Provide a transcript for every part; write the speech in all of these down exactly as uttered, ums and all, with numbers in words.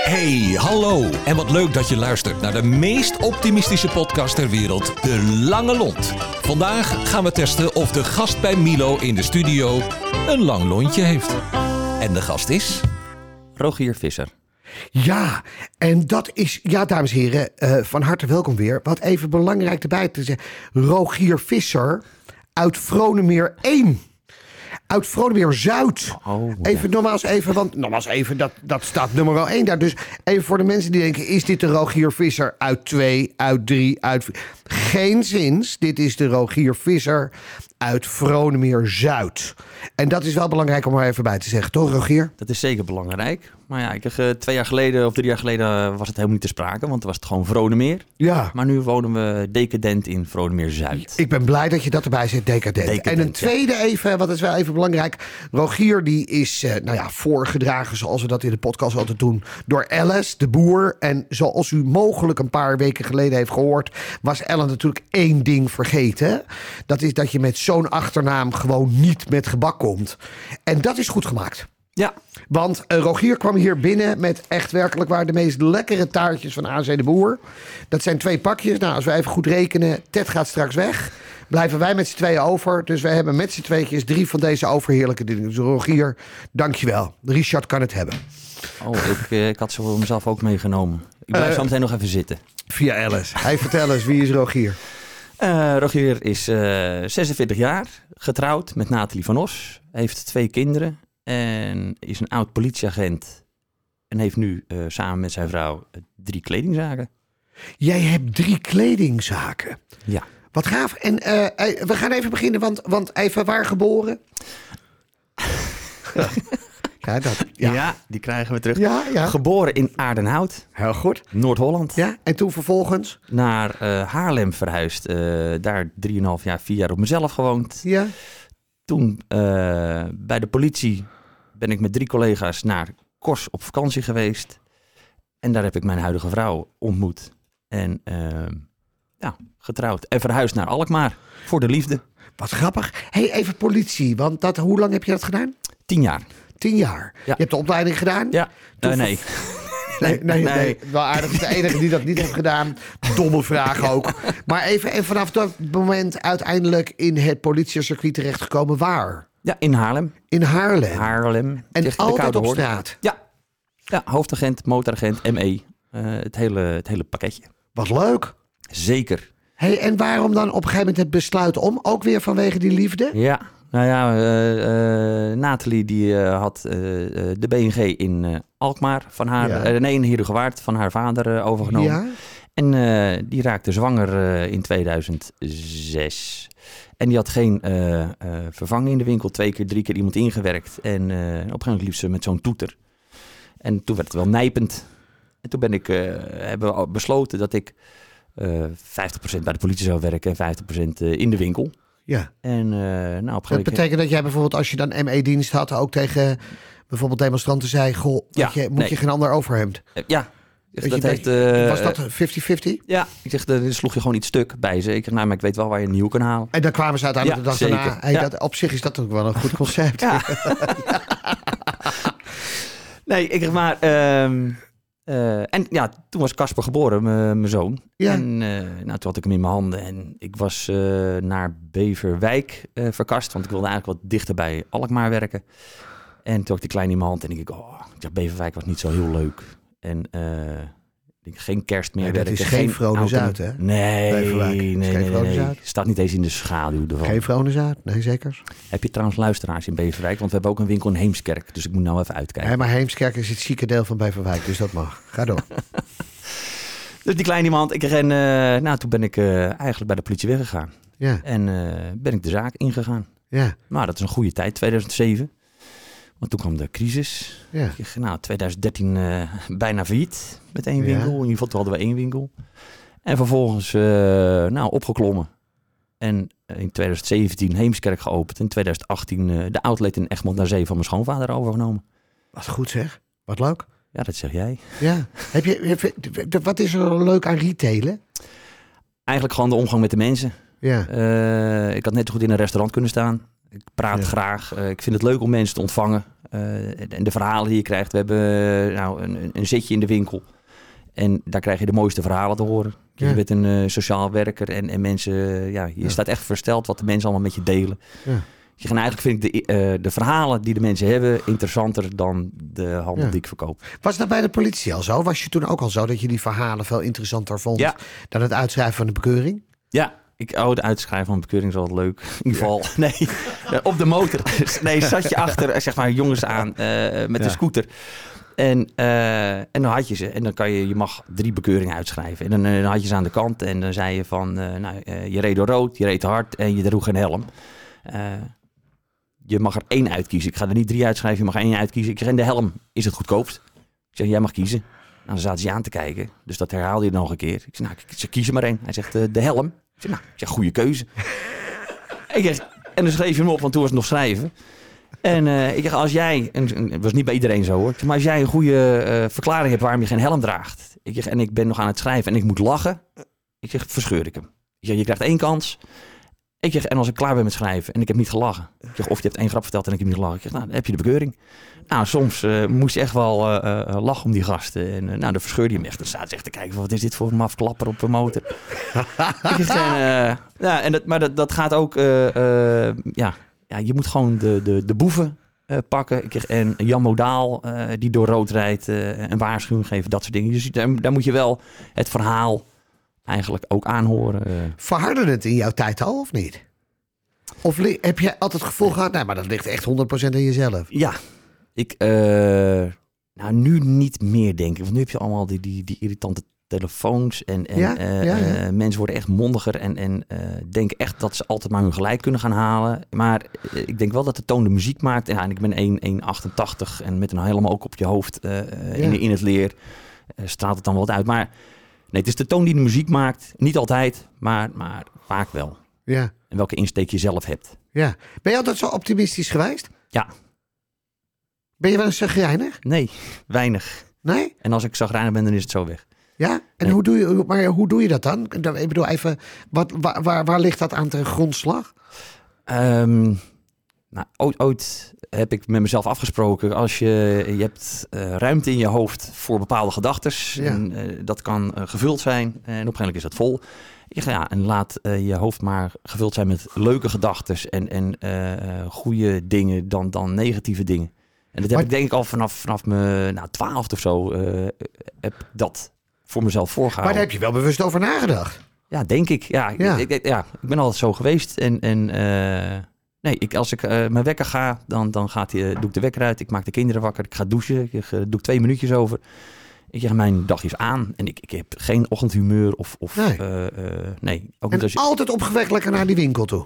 Hey, hallo. En wat leuk dat je luistert naar de meest optimistische podcast ter wereld, De Lange Lont. Vandaag gaan we testen of de gast bij Milo in de studio een lang lontje heeft. En de gast is... Rogier Visser. Ja, en dat is, ja dames en heren, uh, van harte welkom weer. Wat even belangrijk erbij te zeggen. Rogier Visser uit Vronemeer één. Uit Vronemeer Zuid. Oh, ja. Even nogmaals even, want nogmaals even, dat, dat staat nummer één daar. Dus even voor de mensen die denken, is dit de Rogier Visser uit twee, uit drie, uit vier? Geen zins, dit is de Rogier Visser uit Vronemeer Zuid. En dat is wel belangrijk om er even bij te zeggen, toch Rogier? Dat is zeker belangrijk. Maar ja, ik kreeg, uh, twee jaar geleden of drie jaar geleden was het helemaal niet te sprake. Want toen was het gewoon Vronemeer. Ja. Maar nu wonen we decadent in Vronemeer Zuid. Ik ben blij dat je dat erbij zet, decadent. Decadent, en een tweede ja. even, wat is wel even belangrijk. Rogier die is, uh, nou ja, voorgedragen zoals we dat in de podcast altijd doen. Door Alice, de boer. En zoals u mogelijk een paar weken geleden heeft gehoord, was Ellen natuurlijk één ding vergeten. Dat is dat je met zo'n achternaam gewoon niet met gebak komt. En dat is goed gemaakt. Ja. Want uh, Rogier kwam hier binnen met echt werkelijk waar de meest lekkere taartjes van A C de Boer. Dat zijn twee pakjes. Nou, als we even goed rekenen, Ted gaat straks weg. Blijven wij met z'n tweeën over. Dus wij hebben met z'n tweetjes drie van deze overheerlijke dingen. Dus Rogier, dankjewel. Richard kan het hebben. Oh, ik, uh, ik had ze voor mezelf ook meegenomen. Ik blijf uh, zo meteen nog even zitten. Via Alice. Hey, vertel eens, wie is Rogier? Uh, Rogier is uh, zesenveertig jaar, getrouwd met Nathalie van Os. Heeft twee kinderen en is een oud politieagent. En heeft nu uh, samen met zijn vrouw uh, drie kledingzaken. Jij hebt drie kledingzaken? Ja. Wat gaaf. En uh, we gaan even beginnen, want, want even waar geboren? ja. Ja, dat, ja. ja, die krijgen we terug. Ja, ja. Geboren in Aardenhout. Heel goed. Noord-Holland. Ja, en toen vervolgens? Naar uh, Haarlem verhuisd. Uh, daar drieënhalf jaar, vier jaar op mezelf gewoond. Ja. Toen uh, bij de politie ben ik met drie collega's naar Kors op vakantie geweest. En daar heb ik mijn huidige vrouw ontmoet. En uh, ja, getrouwd. En verhuisd naar Alkmaar. Voor de liefde. Wat grappig. Hey, even politie. Want dat, hoe lang heb je dat gedaan? Tien jaar. Tien jaar. Ja. Je hebt de opleiding gedaan? Ja. Uh, nee. Nee, nee, nee, nee. Wel aardig. Is de enige die dat niet heeft gedaan. Domme vraag ook. Maar even, en vanaf dat moment uiteindelijk in het politiecircuit terechtgekomen waar? Ja, in Haarlem. In Haarlem? Haarlem. En Echt altijd op hoorde. straat? Ja. Ja, hoofdagent, motoragent, M E. Uh, het, hele, het hele pakketje. Wat leuk. Zeker. Hey, en waarom dan op een gegeven moment het besluit om? Ook weer vanwege die liefde? Ja. Nou ja, uh, uh, Nathalie die uh, had uh, de B N G in uh, Alkmaar van haar, ja. uh, nee in Heerhugowaard van haar vader uh, overgenomen. Ja. En uh, die raakte zwanger uh, in tweeduizend zes. En die had geen uh, uh, vervanging in de winkel, twee keer, drie keer iemand ingewerkt. En uh, op een gegeven moment liep ze met zo'n toeter. En toen werd het wel nijpend. En toen ben ik, uh, hebben we besloten dat ik uh, vijftig procent bij de politie zou werken en vijftig procent uh, in de winkel. Ja. En, uh, nou, op dat betekent dat jij bijvoorbeeld als je dan M E-dienst had ook tegen bijvoorbeeld demonstranten zei, goh, ja, je, moet nee. je geen ander overhemd? Uh, ja. Dat dat je, heeft, uh, was dat vijftig vijftig? Ja, ik zeg, dan sloeg je gewoon iets stuk bij ze. Ik zeg, nou, maar ik weet wel waar je een nieuw kan halen. En dan kwamen ze uiteindelijk ja, de dag daarna. Hey, ja. dat, op zich is dat ook wel een goed concept. Ja. ja. Nee, ik zeg maar... Um, Uh, en ja, toen was Casper geboren, mijn zoon. Ja. En uh, nou, toen had ik hem in mijn handen. En ik was uh, naar Beverwijk uh, verkast. Want ik wilde eigenlijk wat dichter bij Alkmaar werken. En toen had ik die kleine in mijn hand. En ik dacht, oh, ik dacht, Beverwijk was niet zo heel leuk. En uh, ik geen kerst meer nee, werken. Dat is geen, geen Vrone Zuid, hè? Nee, Beverwijk. nee, nee, nee, nee, nee. Staat niet eens in de schaduw ervan. Geen Vrone Zuid, nee zeker. Heb je trouwens luisteraars in Beverwijk? Want we hebben ook een winkel in Heemskerk. Dus ik moet nou even uitkijken. Nee, maar Heemskerk is het zieke deel van Beverwijk, dus dat mag. Ga door. Dus die kleine iemand, ik en, uh, nou, toen ben ik uh, eigenlijk bij de politie weggegaan. Ja. En uh, ben ik de zaak ingegaan. Ja. Maar dat is een goede tijd, tweeduizend zeven. Want toen kwam de crisis. Ja. Ik, nou, tweeduizend dertien uh, bijna failliet met één winkel. Ja. In ieder geval toen hadden we één winkel. En vervolgens uh, nou, opgeklommen. En in tweeduizend zeventien Heemskerk geopend. In tweeduizend achttien uh, de outlet in Egmond naar Zee van mijn schoonvader overgenomen. Wat goed zeg. Wat leuk. Ja, dat zeg jij. Ja. Heb je, heb, wat is er leuk aan retailen? Eigenlijk gewoon de omgang met de mensen. Ja. Uh, ik had net zo goed in een restaurant kunnen staan. Ik praat ja. graag. Uh, ik vind het leuk om mensen te ontvangen. Uh, en de verhalen die je krijgt. We hebben uh, nou, een, een zitje in de winkel. En daar krijg je de mooiste verhalen te horen. Je ja. bent een uh, sociaal werker en, en mensen... Uh, ja, je ja. staat echt versteld wat de mensen allemaal met je delen. Ja. En eigenlijk vind ik de, uh, de verhalen die de mensen hebben interessanter dan de handel ja. die ik verkoop. Was dat bij de politie al zo? Was je toen ook al zo dat je die verhalen veel interessanter vond ja. dan het uitschrijven van de bekeuring? Ja, ik oh, het uitschrijven van de bekeuring is altijd leuk. In ieder geval, ja. nee, op de motor. Nee, zat je achter, zeg maar, jongens aan uh, met ja. een scooter. En, uh, en dan had je ze. En dan kan je, je mag drie bekeuringen uitschrijven. En dan, uh, dan had je ze aan de kant. En dan zei je van, uh, nou, uh, je reed door rood, je reed te hard en je droeg geen helm. Uh, je mag er één uitkiezen. Ik ga er niet drie uitschrijven, je mag er één uitkiezen. Ik zeg, en de helm is het goedkoopst. Ik zeg, jij mag kiezen. Nou, dan zaten ze aan te kijken. Dus dat herhaalde je nog een keer. Ik zeg, nou, ze kiezen maar één. Hij zegt, uh, de helm. Ik zeg, nou, ik zeg, goede keuze. ik zeg, en dan schreef je hem op, want toen was het nog schrijven. En uh, ik zeg, als jij, en het was niet bij iedereen zo hoor, maar als jij een goede uh, verklaring hebt waarom je geen helm draagt, ik zeg, en ik ben nog aan het schrijven en ik moet lachen, ik zeg, verscheur ik hem. Ik zeg, je krijgt één kans. Ik zeg, en als ik klaar ben met schrijven en ik heb niet gelachen, ik zeg, of je hebt één grap verteld en ik heb niet gelachen, ik zeg, nou, dan heb je de bekeuring. Nou, soms uh, moest je echt wel uh, uh, lachen om die gasten. En uh, nou, dan verscheurde je hem echt. Dan zaten ze echt te kijken, van, wat is dit voor een mafklapper op een motor? ik zeg, en, uh, ja, en dat, maar dat, dat gaat ook, uh, uh, ja... Ja, je moet gewoon de, de, de boeven uh, pakken. Ik kreeg, en Jan Modaal, uh, die door rood rijdt, uh, een waarschuwing geven, dat soort dingen. Dus daar, daar moet je wel het verhaal eigenlijk ook aanhoren. Uh. Verhardde het in jouw tijd al, of niet? Of li- heb je altijd het gevoel gehad, nee, maar dat ligt echt honderd procent in jezelf? Ja, ik, uh, nou nu niet meer denk ik. Want nu heb je allemaal die, die, die irritante telefoons en, en ja, uh, ja, ja. Uh, mensen worden echt mondiger en, en uh, denken echt dat ze altijd maar hun gelijk kunnen gaan halen. Maar uh, ik denk wel dat de toon de muziek maakt. Ja, en ik ben één komma achtentachtig en met een helm ook op je hoofd uh, ja. in, in het leer uh, straalt het dan wel wat uit. Maar nee, het is de toon die de muziek maakt. Niet altijd, maar, maar vaak wel. Ja. En welke insteek je zelf hebt. Ja. Ben je altijd zo optimistisch geweest? Ja. Ben je wel eens chagrijnig? Nee, weinig. Nee? En als ik chagrijnig ben, dan is het zo weg. Ja, en nee. hoe, doe je, maar hoe doe je dat dan? Ik bedoel even, wat, waar, waar, waar ligt dat aan ten grondslag? Um, nou, ooit, ooit heb ik met mezelf afgesproken, als je, je hebt uh, ruimte in je hoofd voor bepaalde gedachtes. Ja. En uh, dat kan uh, gevuld zijn en op een gegeven moment is dat vol. Ik ga, ja, en laat uh, je hoofd maar gevuld zijn met leuke gedachtes en, en uh, goede dingen dan, dan negatieve dingen. En dat heb maar, ik denk ik al vanaf, vanaf mijn nou, twaalfde of zo, uh, heb ik dat voor mezelf voorgehouden. Maar daar heb je wel bewust over nagedacht. Ja, denk ik. Ja, ja. Ik, ik, ja, ik ben altijd zo geweest. En, en uh, nee, ik, als ik uh, mijn wekker ga, dan, dan gaat die, doe ik de wekker uit. Ik maak de kinderen wakker. Ik ga douchen. Ik uh, doe ik twee minuutjes over. Ik zeg, mijn dag is aan. En ik, ik heb geen ochtendhumeur of... of nee. Uh, uh, nee ook en niet als je... altijd opgewekt lekker naar die winkel toe?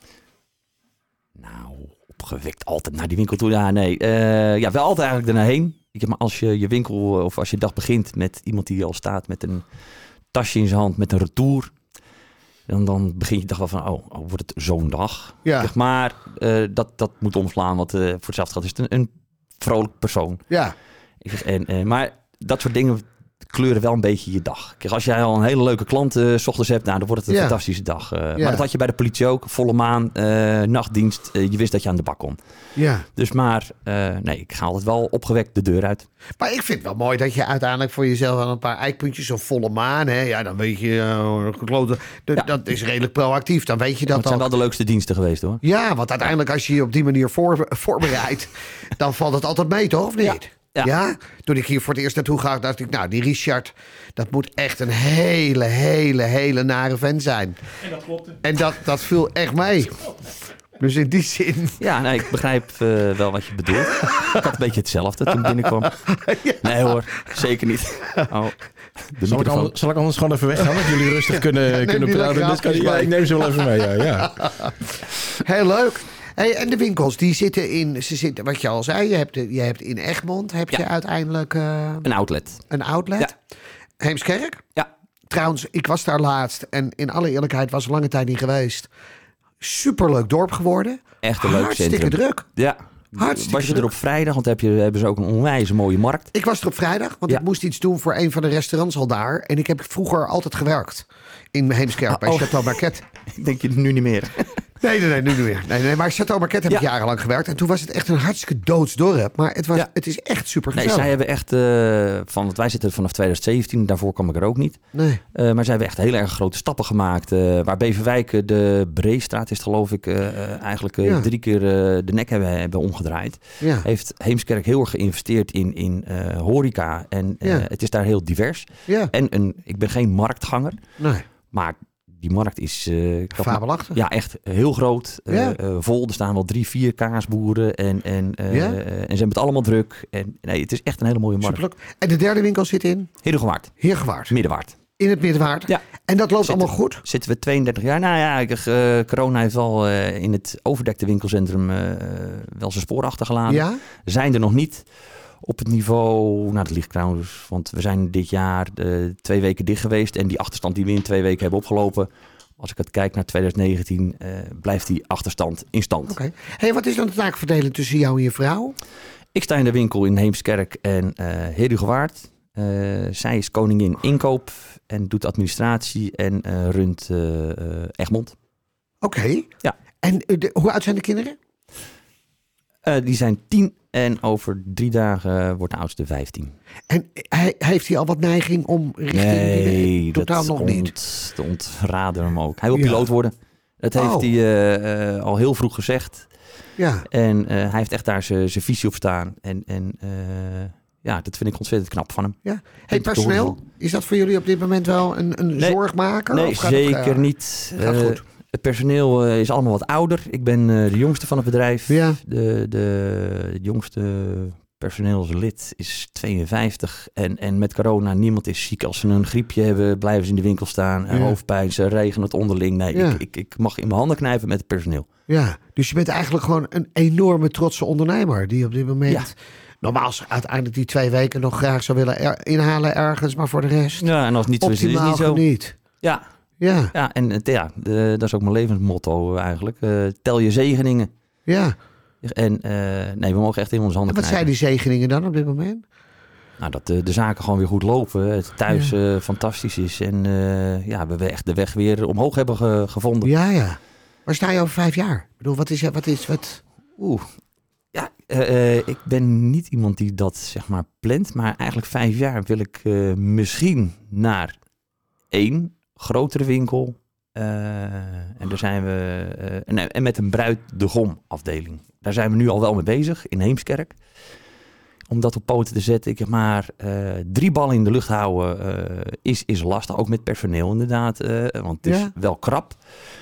Nou, opgewekt altijd naar die winkel toe. Ja, nee. Uh, ja, wel altijd eigenlijk ernaarheen. Ik heb maar als je je winkel of als je dag begint met iemand die al staat met een tasje in zijn hand met een retour, dan, dan begin je dag wel van, oh, oh wordt het zo'n dag? Ja. Zeg maar uh, dat, dat moet omslaan, want uh, voor hetzelfde geld is het een, een vrolijk persoon. Ja. Ik zeg, en, uh, maar dat soort dingen kleuren wel een beetje je dag. Kijk, als jij al een hele leuke klant uh, 's ochtends hebt, nou, dan wordt het een ja. fantastische dag. Uh, ja. Maar dat had je bij de politie ook. Volle maan, uh, nachtdienst. Uh, je wist dat je aan de bak kon. Ja. Dus maar, uh, nee, ik ga altijd wel opgewekt de deur uit. Maar ik vind het wel mooi dat je uiteindelijk voor jezelf aan een paar eikpuntjes, zo'n volle maan, hè, ja, dan weet je, uh, gekloten, d- ja. dat is redelijk proactief. Dan weet je dat. Het zijn ook. wel de leukste diensten geweest, hoor. Ja, want uiteindelijk als je je op die manier voor, voorbereidt, dan valt het altijd mee, toch? Of niet? Ja. Ja. ja, toen ik hier voor het eerst naartoe ga, dacht ik, nou, die Richard, dat moet echt een hele, hele, hele nare vent zijn. En dat klopte. En dat, dat viel echt mee. Dus in die zin... Ja, nou, ik begrijp uh, wel wat je bedoelt. Ik had een beetje hetzelfde toen ik binnenkwam. Ja. Nee hoor, zeker niet. Oh, zal, ik anders, zal ik anders gewoon even weggaan, dat jullie rustig kunnen, ja, kunnen praten? Dus kan, ja, ik neem ze wel even mee, ja. ja. Heel leuk. Hey, en de winkels, die zitten in, ze zitten, wat je al zei, je hebt, de, je hebt in Egmond, heb ja. je uiteindelijk... Uh, een outlet. Een outlet. Ja. Heemskerk. Ja. Trouwens, ik was daar laatst en in alle eerlijkheid was lange tijd niet geweest. Superleuk dorp geworden. Echt een leuk Hartstikke centrum. druk. Ja. Hartstikke was je druk. er op vrijdag, want heb je, hebben ze ook een onwijs mooie markt. Ik was er op vrijdag, want ja. ik moest iets doen voor een van de restaurants al daar. En ik heb vroeger altijd gewerkt in Heemskerk bij oh. Chateau Marquette. Ik denk je nu niet meer. Nee, nee, nee, nu niet meer. Nee, nee, maar Château Marquette heb ja. ik jarenlang gewerkt. En toen was het echt een hartstikke doodsdorp. Maar het, was, ja. het is echt super gezellig. Nee, zij hebben echt... Uh, van, want wij zitten vanaf twintig zeventien. Daarvoor kwam ik er ook niet. Nee. Uh, maar zij hebben echt heel erg grote stappen gemaakt. Uh, waar Beverwijk de Breestraat is, geloof ik... Uh, eigenlijk uh, ja. drie keer uh, de nek hebben, hebben omgedraaid. Ja. Heeft Heemskerk heel erg geïnvesteerd in, in uh, horeca. En uh, ja. het is daar heel divers. Ja. En een, ik ben geen marktganger. Nee. Maar... Die markt is uh, fabelachtig. Ja, echt heel groot. Uh, ja. uh, vol. Er staan wel drie, vier kaasboeren. En, en, uh, ja. uh, en ze hebben het allemaal druk. En, nee, het is echt een hele mooie markt. Superleuk. En de derde winkel zit in? Heerhugowaard. Heerhugowaard. Middenwaard. In het Middenwaard? Ja. En dat loopt zitten, allemaal goed? Zitten we tweeëndertig jaar. Nou ja, ik, uh, corona heeft al uh, in het overdekte winkelcentrum uh, wel zijn spoor achtergelaten. Ja? Zijn er nog niet. Op het niveau, nou dat ligt trouwens, want we zijn dit jaar uh, twee weken dicht geweest. En die achterstand die we in twee weken hebben opgelopen... Als ik het kijk naar twintig negentien, uh, blijft die achterstand in stand. Oké. Okay. Hey, wat is dan de taakverdeling tussen jou en je vrouw? Ik sta in de winkel in Heemskerk en uh, Heerhugowaard. Uh, zij is koningin inkoop en doet administratie en uh, runt uh, uh, Egmond. Oké. Okay. Ja. En uh, de, hoe oud zijn de kinderen? Uh, die zijn tien en over drie dagen wordt de oudste vijftien. En hij, heeft hij al wat neiging om richting... Nee, die, totaal dat nog ont, niet. Dat ontraden hem ook. Hij wil ja. piloot worden. Dat heeft oh. hij uh, uh, al heel vroeg gezegd. Ja. En uh, hij heeft echt daar zijn visie op staan. En, en uh, ja, dat vind ik ontzettend knap van hem. Ja. Hey, personeel, is dat voor jullie op dit moment wel een, een nee, zorgmaker? Nee, of gaat zeker het, uh, niet. Gaat uh, goed. Het personeel uh, is allemaal wat ouder. Ik ben uh, de jongste van het bedrijf. Ja. De, de, de jongste personeelslid is tweeënvijftig. En, en met corona, niemand is ziek. Als ze een griepje hebben, blijven ze in de winkel staan. Ja. Hoofdpijn, ze regenen het onderling. Nee, ja. ik, ik, ik mag in mijn handen knijpen met het personeel. Ja, dus je bent eigenlijk gewoon een enorme trotse ondernemer. Die op dit moment... Ja. Normaal uiteindelijk die twee weken nog graag zou willen er, inhalen ergens. Maar voor de rest... Ja, en als het niet zo is, is het niet zo. Niet. Ja. Ja. Ja, en ja, de, dat is ook mijn levensmotto eigenlijk. Uh, tel je zegeningen. Ja. En uh, nee, we mogen echt in onze handen en wat knijpen. zijn die zegeningen dan op dit moment? Nou, dat de, de zaken gewoon weer goed lopen. Het thuis ja. uh, fantastisch is. En uh, ja, we echt de weg weer omhoog hebben ge, gevonden. Ja, ja. Waar sta je over vijf jaar? Ik bedoel, wat is... Wat is wat... Oeh. Ja, uh, ik ben niet iemand die dat zeg maar plant. Maar eigenlijk vijf jaar wil ik uh, misschien naar één... grotere winkel. Uh, en daar zijn we. Uh, en, en met een bruidegom afdeling. Daar zijn we nu al wel mee bezig in Heemskerk. Om dat op poten te zetten. Ik heb maar uh, drie ballen in de lucht houden uh, is, is lastig. Ook met personeel inderdaad. Uh, want het is ja. wel krap.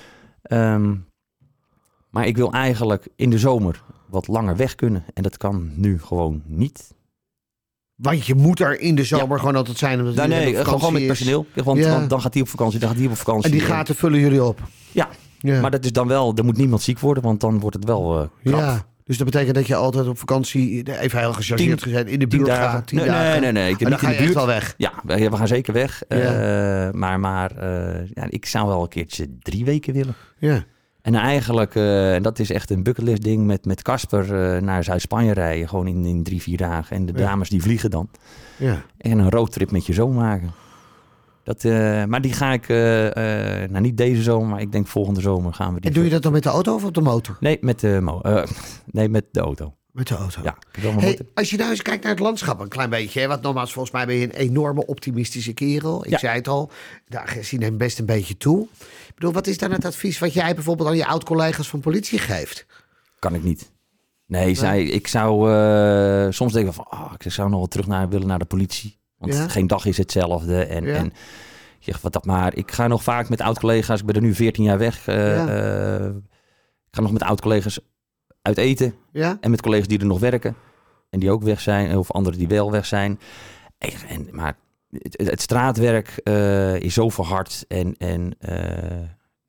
Um, maar ik wil eigenlijk in de zomer wat langer weg kunnen. En dat kan nu gewoon niet. Want je moet er in de zomer ja. gewoon altijd zijn. Omdat nou, nee, gewoon, gewoon met personeel. Want, ja. want dan gaat hij op vakantie, dan gaat hij op vakantie. En die gaten vullen jullie op. Ja. ja, maar dat is dan wel, er moet niemand ziek worden, want dan wordt het wel uh, krap. Ja, dus dat betekent dat je altijd op vakantie, even heel gechargeerd gezegd, in de buurt dagen. gaat. Nee, nee, nee, nee. Ik en dan ga je echt wel weg. Ja, we gaan zeker weg. Ja. Uh, maar maar uh, ja, ik zou wel een keertje drie weken willen. Ja. En eigenlijk, uh, dat is echt een bucketlist ding met met Casper uh, naar Zuid-Spanje rijden. Gewoon in, in drie, vier dagen. En de ja. dames die vliegen dan. Ja. En een roadtrip met je zoon maken. Dat, uh, maar die ga ik, uh, uh, nou niet deze zomer, maar ik denk volgende zomer gaan we die. En doe je dat dan met de auto of op de motor? Nee, met de, mo- uh, nee, met de auto. Met de auto? Ja. Hey, als je nou eens kijkt naar het landschap een klein beetje. Hè, want nogmaals, volgens mij ben je een enorme optimistische kerel. Ik ja. zei het al, de agressie neemt best een beetje toe. Ik bedoel, wat is dan het advies wat jij bijvoorbeeld aan je oud-collega's van politie geeft? Kan ik niet. Nee, nee. Zij, ik zou uh, soms denken van, oh, ik zou nog wel terug naar willen naar de politie. Want ja. geen dag is hetzelfde. En, ja. en je wat dat maar. Ik ga nog vaak met oud-collega's, ik ben er nu veertien jaar weg. Uh, ja. uh, ik ga nog met oud-collega's uit eten. Ja? En met collega's die er nog werken. En die ook weg zijn. Of anderen die wel weg zijn. En, en, maar het, het straatwerk uh, is zo verhard. En, en uh, uh,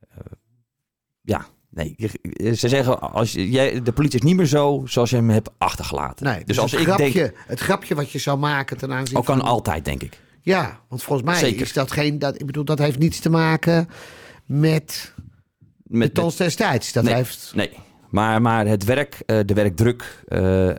ja... Nee, ze zeggen, als je, jij, de politie is niet meer zo zoals je hem hebt achtergelaten. Nee, dus, dus als het, ik grapje, denk, het grapje wat je zou maken ten aanzien ook kan van... altijd, denk ik. Ja, want volgens mij Zeker. is dat geen... Dat, ik bedoel, dat heeft niets te maken met, met de tons destijds. Dat nee, heeft... nee. Maar, maar het werk, uh, de werkdruk, uh, uh,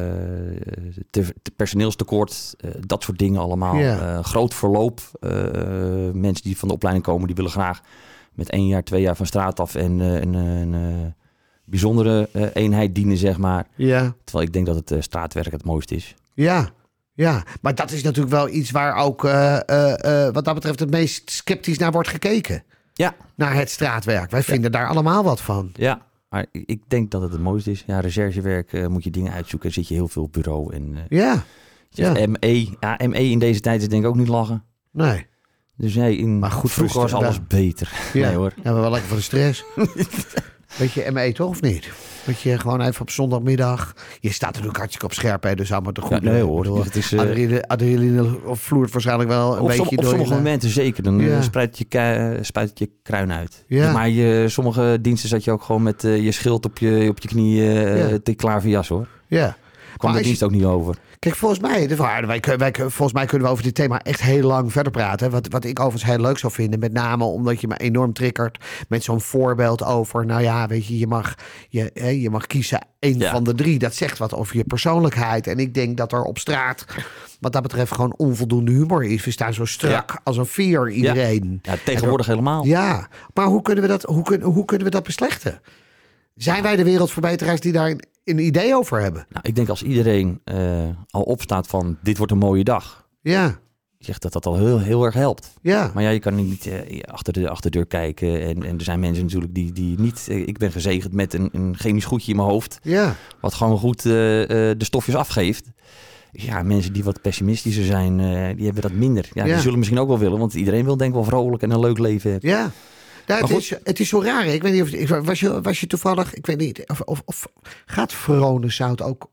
te, te personeelstekort, uh, dat soort dingen allemaal. Ja. Uh, groot verloop. Uh, mensen die van de opleiding komen, die willen graag met één jaar, twee jaar van straat af en uh, een, een uh, bijzondere uh, eenheid dienen, zeg maar. Ja. Terwijl ik denk dat het uh, straatwerk het mooiste is. Ja, ja. Maar dat is natuurlijk wel iets waar ook uh, uh, uh, wat dat betreft het meest sceptisch naar wordt gekeken. Ja. Naar het straatwerk. Wij vinden ja. daar allemaal wat van. Ja, maar ik denk dat het het mooiste is. Ja, recherchewerk uh, moet je dingen uitzoeken. Zit je heel veel op bureau. En, uh, ja. ja. M E. Ja, M E in deze tijd is denk ik ook niet lachen. Nee. Dus nee, in, maar goed, vroeger was alles ja. beter. Ja. Nee hoor. Ja, maar wel lekker voor de stress. Weet je M E toch of niet? Dat je gewoon even op zondagmiddag... Je staat natuurlijk hartstikke op scherp, hè, dus allemaal te goed. Ja, nee hoor. Het is, uh... adrenaline, adrenaline vloert waarschijnlijk wel een op beetje som, door. Op sommige je, momenten zeker. Dan ja. spuit, je kei, spuit je kruin uit. Ja. Maar je, sommige diensten zat je ook gewoon met uh, je schild op je, op je knieën uh, ja. te klaar voor jas, hoor. Ja. Kwam de dienst je... ook niet over. Kijk, volgens mij, de, wij, wij, volgens mij kunnen we over dit thema echt heel lang verder praten. Wat, wat ik overigens heel leuk zou vinden. Met name omdat je me enorm triggert met zo'n voorbeeld over... Nou ja, weet je, je mag, je, je mag kiezen één ja. van de drie. Dat zegt wat over je persoonlijkheid. En ik denk dat er op straat, wat dat betreft, gewoon onvoldoende humor is. We staan zo strak ja. als een veer, iedereen. Ja, ja tegenwoordig er, helemaal. Ja, maar hoe kunnen we dat, hoe kun, hoe kunnen we dat beslechten? Zijn wij de wereldverbeteraars die daar een idee over hebben? Nou, ik denk als iedereen uh, al opstaat van dit wordt een mooie dag. Ja. Zegt dat dat al heel, heel erg helpt. Ja. Maar ja, je kan niet uh, achter de achterdeur kijken. En, en er zijn mensen natuurlijk die, die niet... Uh, ik ben gezegend met een, een chemisch goedje in mijn hoofd. Ja. Wat gewoon goed uh, uh, de stofjes afgeeft. Ja, mensen die wat pessimistischer zijn, uh, die hebben dat minder. Ja, ja. Die zullen misschien ook wel willen. Want iedereen wil denk ik wel vrolijk en een leuk leven hebben. Ja. Nou, het, is, het is zo raar. Ik weet niet of was je, was je toevallig, ik weet niet, of, of, of gaat Veronenzout ook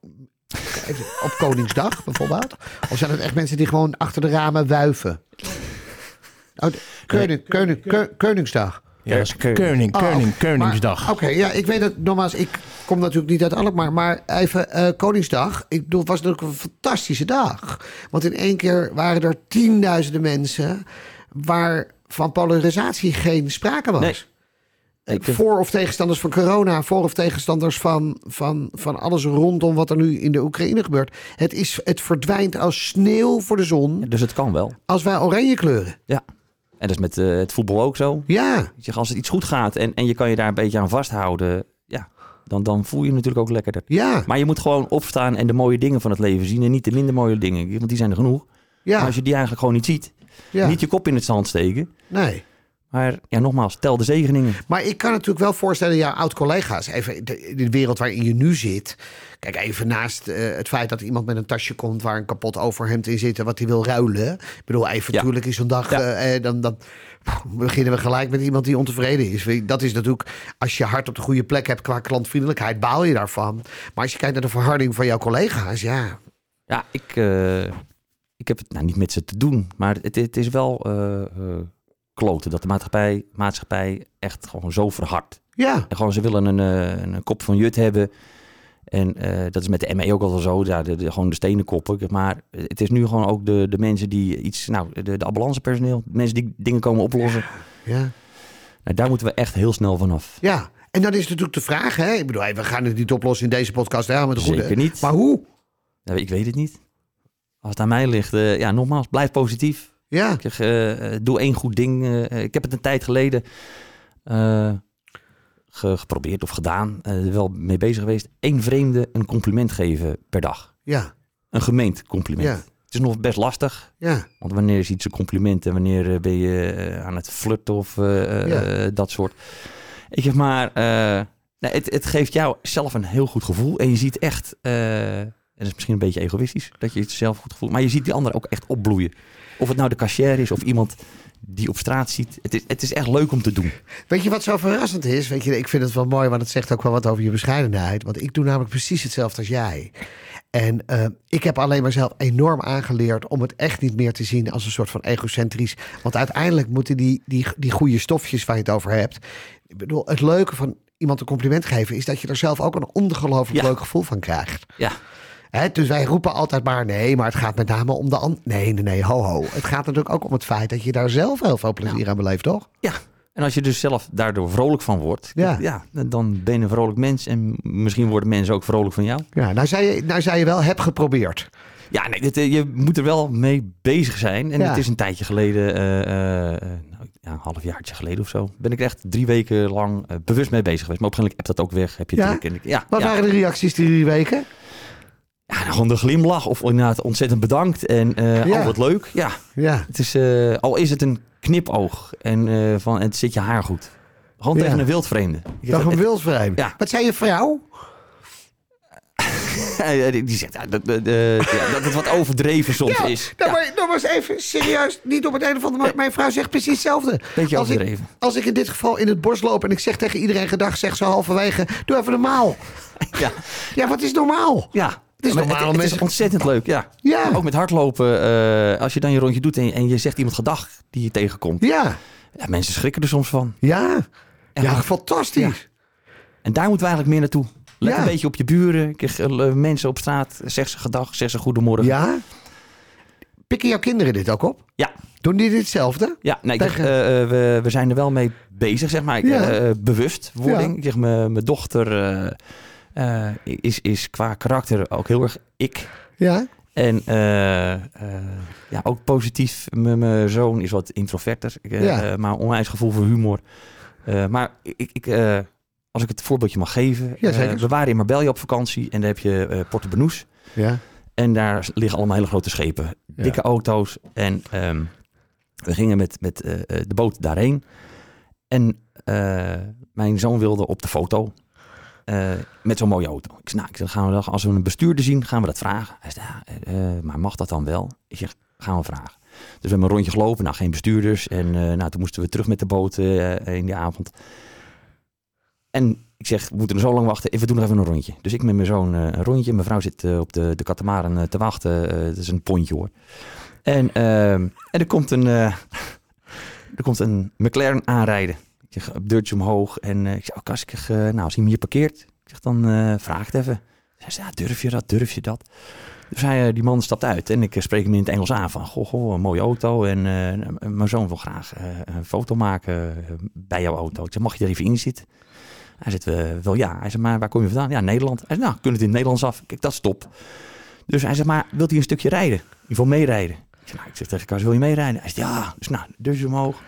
op Koningsdag bijvoorbeeld? Of zijn het echt mensen die gewoon achter de ramen wuiven? Oh, Koning, Koning, Koning, Koningsdag. Ja, dat is Koning, Koning, oh, Koningsdag. Oké, okay, ja, ik weet het nogmaals. Ik kom natuurlijk niet uit Alkmaar, maar even uh, Koningsdag. Ik bedoel, was natuurlijk een fantastische dag. Want in één keer waren er tienduizenden mensen waar van polarisatie geen sprake was. Nee. Ik voor of tegenstanders van corona, voor of tegenstanders van, van, van alles rondom wat er nu in de Oekraïne gebeurt. Het, is, het verdwijnt als sneeuw voor de zon. Ja, dus het kan wel. Als wij oranje kleuren. Ja. En dat is met uh, het voetbal ook zo. Ja. Als het iets goed gaat en, en je kan je daar een beetje aan vasthouden, ja, dan, dan voel je je natuurlijk ook lekkerder. Ja. Maar je moet gewoon opstaan en de mooie dingen van het leven zien en niet de minder mooie dingen. Want die zijn er genoeg. Ja. Maar als je die eigenlijk gewoon niet ziet, ja. niet je kop in het zand steken. Nee. Maar ja, nogmaals, tel de zegeningen. Maar ik kan natuurlijk wel voorstellen, jouw oud-collega's, even in de wereld waarin je nu zit. Kijk, even naast uh, het feit dat iemand met een tasje komt waar een kapot overhemd in zit en wat hij wil ruilen. Ik bedoel, even natuurlijk ja. is zo'n dag, ja. uh, dan, dan beginnen we gelijk met iemand die ontevreden is. Dat is natuurlijk, als je hart op de goede plek hebt qua klantvriendelijkheid, baal je daarvan. Maar als je kijkt naar de verharding van jouw collega's, ja. Ja, ik, uh, ik heb het nou niet met ze te doen, maar het, het is wel... Uh, uh, kloten dat de maatschappij, maatschappij echt gewoon zo verhardt. Ja. En gewoon ze willen een, een, een kop van jut hebben. En uh, dat is met de M E ook al wel zo. Ja, de, de, gewoon de stenen koppen. Maar het is nu gewoon ook de, de mensen die iets... Nou, de, de ambulancepersoneel. De mensen die dingen komen oplossen. Ja. Nou, daar moeten we echt heel snel vanaf. Ja. En dan is natuurlijk de vraag. Hè? Ik bedoel, we gaan het niet oplossen in deze podcast. Hè, met de Zeker goede. niet. Maar hoe? Ja, ik weet het niet. Als het aan mij ligt. Uh, ja, nogmaals, blijf positief. Ja. Ik zeg, uh, doe één goed ding. Uh, ik heb het een tijd geleden uh, ge- geprobeerd of gedaan. Uh, wel mee bezig geweest. Eén vreemde een compliment geven per dag. Ja. Een gemeend compliment. Ja. Het is nog best lastig. Ja. Want wanneer is iets een compliment en wanneer uh, ben je uh, aan het flirten of uh, ja. uh, dat soort. Ik zeg maar, uh, nee, het, het geeft jou zelf een heel goed gevoel. En je ziet echt, uh, en dat is misschien een beetje egoïstisch, dat je het zelf goed voelt. Maar je ziet die anderen ook echt opbloeien. Of het nou de cashier is of iemand die op straat ziet. Het is, het is echt leuk om te doen. Weet je wat zo verrassend is? Weet je, ik vind het wel mooi, want het zegt ook wel wat over je bescheidenheid. Want ik doe namelijk precies hetzelfde als jij. En uh, ik heb alleen maar zelf enorm aangeleerd om het echt niet meer te zien als een soort van egocentrisch. Want uiteindelijk moeten die, die, die goede stofjes waar je het over hebt. Ik bedoel, het leuke van iemand een compliment geven is dat je er zelf ook een ongelooflijk ja. leuk gevoel van krijgt. Ja. He, dus wij roepen altijd maar nee, maar het gaat met name om de ander. Nee, nee, nee, ho, ho. Het gaat natuurlijk ook om het feit dat je daar zelf heel veel plezier ja. aan beleeft, toch? Ja, en als je dus zelf daardoor vrolijk van wordt, ja. ja, dan ben je een vrolijk mens. En misschien worden mensen ook vrolijk van jou. Ja, nou zei je, nou zei je wel, heb geprobeerd. Ja, nee, dit, je moet er wel mee bezig zijn. En ja. het is een tijdje geleden, uh, uh, nou, ja, een halfjaartje geleden of zo, ben ik echt drie weken lang uh, bewust mee bezig geweest. Maar op een gegeven moment heb dat ook weg. Heb je ja? het ik, ja, Wat ja. waren de reacties die drie weken? Ja, nou, gewoon de glimlach of inderdaad ontzettend bedankt en uh, ja. oh, wat leuk. Ja, ja. Het is, uh, al is het een knipoog en, uh, van, en het zit je haar goed. Gewoon ja. tegen een wildvreemde. Tegen een wildvreemde? Ja. Wat zei je vrouw? Die zegt ja, dat, dat, ja, dat het wat overdreven soms ja, is. Nou, ja. maar, nou, maar eens even serieus, niet op het een of andere manier. Mijn vrouw zegt precies hetzelfde. Beetje als overdreven. Ik, als ik in dit geval in het bos loop en ik zeg tegen iedereen gedag, zeg ze halverwege, doe even normaal. Ja, ja wat is normaal? Ja. Het is, normaal het, het mensen... is ontzettend leuk, ja. ja. Ook met hardlopen, uh, als je dan je rondje doet en je, en je zegt iemand gedag die je tegenkomt. Ja. Ja, mensen schrikken er soms van. Ja, ja, ja fantastisch. Ja. En daar moeten we eigenlijk meer naartoe. Let ja. een beetje op je buren. Uh, mensen op straat, zeg ze gedag, zeg ze goedemorgen. Ja. Pikken jouw kinderen dit ook op? Ja. Doen die dit hetzelfde? Ja, nee, ik zeg, uh, we, we zijn er wel mee bezig, zeg maar. Ja. Uh, bewustwording. Ja. Ik zeg, mijn dochter uh, uh, is, is qua karakter ook heel erg ik. Ja. En uh, uh, ja, ook positief. Mijn zoon is wat introverter, uh, ja. uh, maar onwijs gevoel voor humor. Uh, maar ik... ik uh, als ik het voorbeeldje mag geven. Ja, uh, we waren in Marbella op vakantie en daar heb je uh, Porto Banús. Ja. En daar liggen allemaal hele grote schepen. Ja. Dikke auto's. En um, we gingen met, met uh, de boot daarheen. En uh, mijn zoon wilde op de foto uh, met zo'n mooie auto. Ik zei, nou, ik zeg, gaan we dan, als we een bestuurder zien, gaan we dat vragen. Hij zei, ja, uh, maar mag dat dan wel? Ik zeg, gaan we vragen. Dus we hebben een rondje gelopen. Nou, geen bestuurders. En uh, nou, toen moesten we terug met de boot uh, in die avond. En ik zeg, we moeten er zo lang wachten. We doen nog even een rondje. Dus ik met mijn zoon uh, een rondje. Mijn vrouw zit uh, op de, de katamaran uh, te wachten. Uh, dat is een pontje hoor. En, uh, en er komt een, uh, er komt een McLaren aanrijden. Ik zeg, deurtje omhoog. En uh, ik zeg, oh Kas, ik zeg, uh, nou, als hij me hier parkeert. Ik zeg, dan uh, vraag het even. Hij zei, ja, durf je dat, durf je dat? Dus hij, uh, die man stapt uit. En ik uh, spreek hem in het Engels aan. Van, goh, goh, een mooie auto. En uh, mijn zoon wil graag uh, een foto maken uh, bij jouw auto. Ik zeg, mag je er even in zitten? Hij zegt, uh, wel ja. Hij zegt, maar waar kom je vandaan? Ja, Nederland. Hij zegt, nou, kunnen het in het Nederlands af? Kijk, dat is top. Dus hij zegt, maar wilt hij een stukje rijden? In ieder geval meerijden. Ik zeg, nou, ik zeg tegen Kas, wil je meerijden? Hij zegt, ja. Dus nou, deursje omhoog.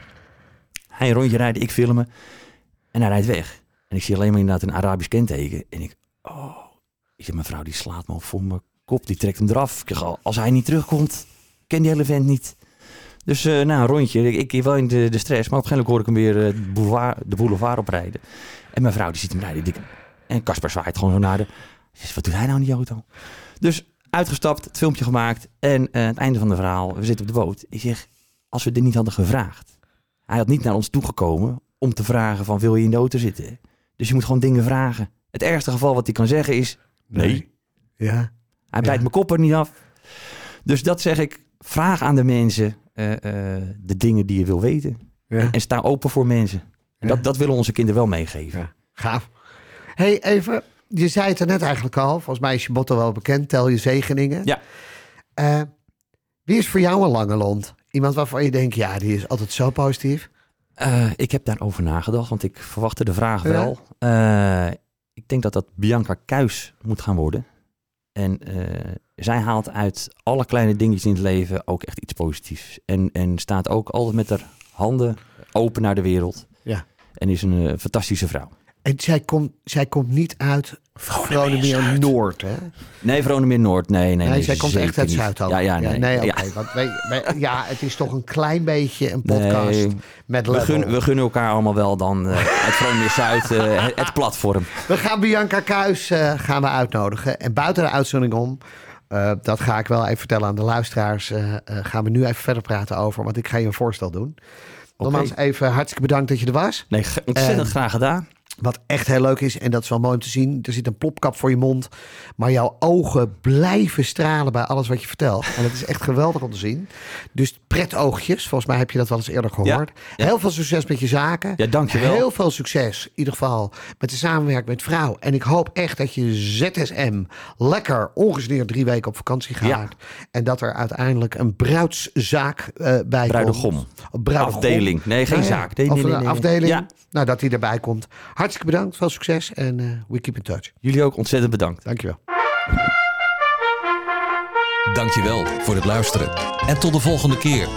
Hij een rondje rijden, ik filmen. En hij rijdt weg. En ik zie alleen maar inderdaad een Arabisch kenteken. En ik, oh. Ik zeg, mijn vrouw die slaat me voor mijn kop. Die trekt hem eraf. Ik zeg, als hij niet terugkomt, ken die hele vent niet. Dus uh, nou, een rondje. Ik, ik wel in de, de stress. Maar op een gegeven moment hoor ik hem weer uh, de, boulevard, de boulevard oprijden. En mijn vrouw die ziet hem rijden. Die, en Kasper zwaait gewoon zo naar de... Zegt, wat doet hij nou in die auto? Dus uitgestapt, het filmpje gemaakt. En uh, aan het einde van het verhaal, we zitten op de boot. Ik zeg, als we dit niet hadden gevraagd. Hij had niet naar ons toegekomen om te vragen van, wil je in de auto zitten? Dus je moet gewoon dingen vragen. Het ergste geval wat hij kan zeggen is, nee. nee. Ja. Hij bijt ja. mijn kop er niet af. Dus dat zeg ik, vraag aan de mensen uh, uh, de dingen die je wil weten. Ja. En sta open voor mensen. En ja. dat, dat willen onze kinderen wel meegeven. Ja. Gaaf. Hey, even, je zei het er net eigenlijk al. Volgens mij is je motto wel bekend. Tel je zegeningen. Ja. Uh, wie is voor jou een lange lont? Iemand waarvan je denkt, ja, die is altijd zo positief. Uh, ik heb daarover nagedacht, want ik verwachtte de vraag ja. wel. Uh, ik denk dat dat Bianca Kuijs moet gaan worden. En uh, zij haalt uit alle kleine dingetjes in het leven ook echt iets positiefs. En, en staat ook altijd met haar handen open naar de wereld. Ja. En is een uh, fantastische vrouw. En zij komt, zij komt niet uit Vronemeer Noord, hè? Nee, Vronemeer Noord, nee. nee, nee, nee zij komt echt uit Zuidhoofd. Ja, ja, nee. Ja, nee, oké. Okay. Ja. Want wij, wij, ja, het is toch een klein beetje een podcast nee, met level. We gunnen, we gunnen elkaar allemaal wel dan uh, uit Vronemeer Zuid uh, het, het platform. We gaan Bianca Kuijs uh, gaan we uitnodigen. En buiten de uitzending om, uh, dat ga ik wel even vertellen aan de luisteraars, uh, uh, gaan we nu even verder praten over, want ik ga je een voorstel doen. Okay. Nogmaals even hartstikke bedankt dat je er was. Nee, ontzettend uh, graag gedaan. Wat echt heel leuk is, en dat is wel mooi om te zien. Er zit een plopkap voor je mond. Maar jouw ogen blijven stralen bij alles wat je vertelt. En dat is echt geweldig om te zien. Dus pretoogjes. Volgens mij heb je dat wel eens eerder gehoord. Ja, ja. Heel veel succes met je zaken. Ja, dankjewel. Heel veel succes, in ieder geval, met de samenwerking met vrouw. En ik hoop echt dat je Z S M lekker ongegeneerd drie weken op vakantie gaat. Ja. En dat er uiteindelijk een bruidszaak uh, bij Bruidegom. komt. Bruidegom. Afdeling. Nee, geen nou, ja. zaak. Nee, of nee, een nee, nee. afdeling. Ja. Nou, dat die erbij komt. Hartstikke bedankt, veel succes en uh, we keep in touch. Jullie ook ontzettend bedankt. Dankjewel. Dankjewel voor het luisteren. En tot de volgende keer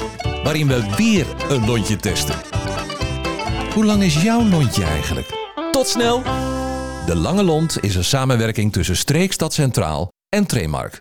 waarin we weer een lontje testen. Hoe lang is jouw lontje eigenlijk? Tot snel! De Lange Lont is een samenwerking tussen Streekstad Centraal en Tremark.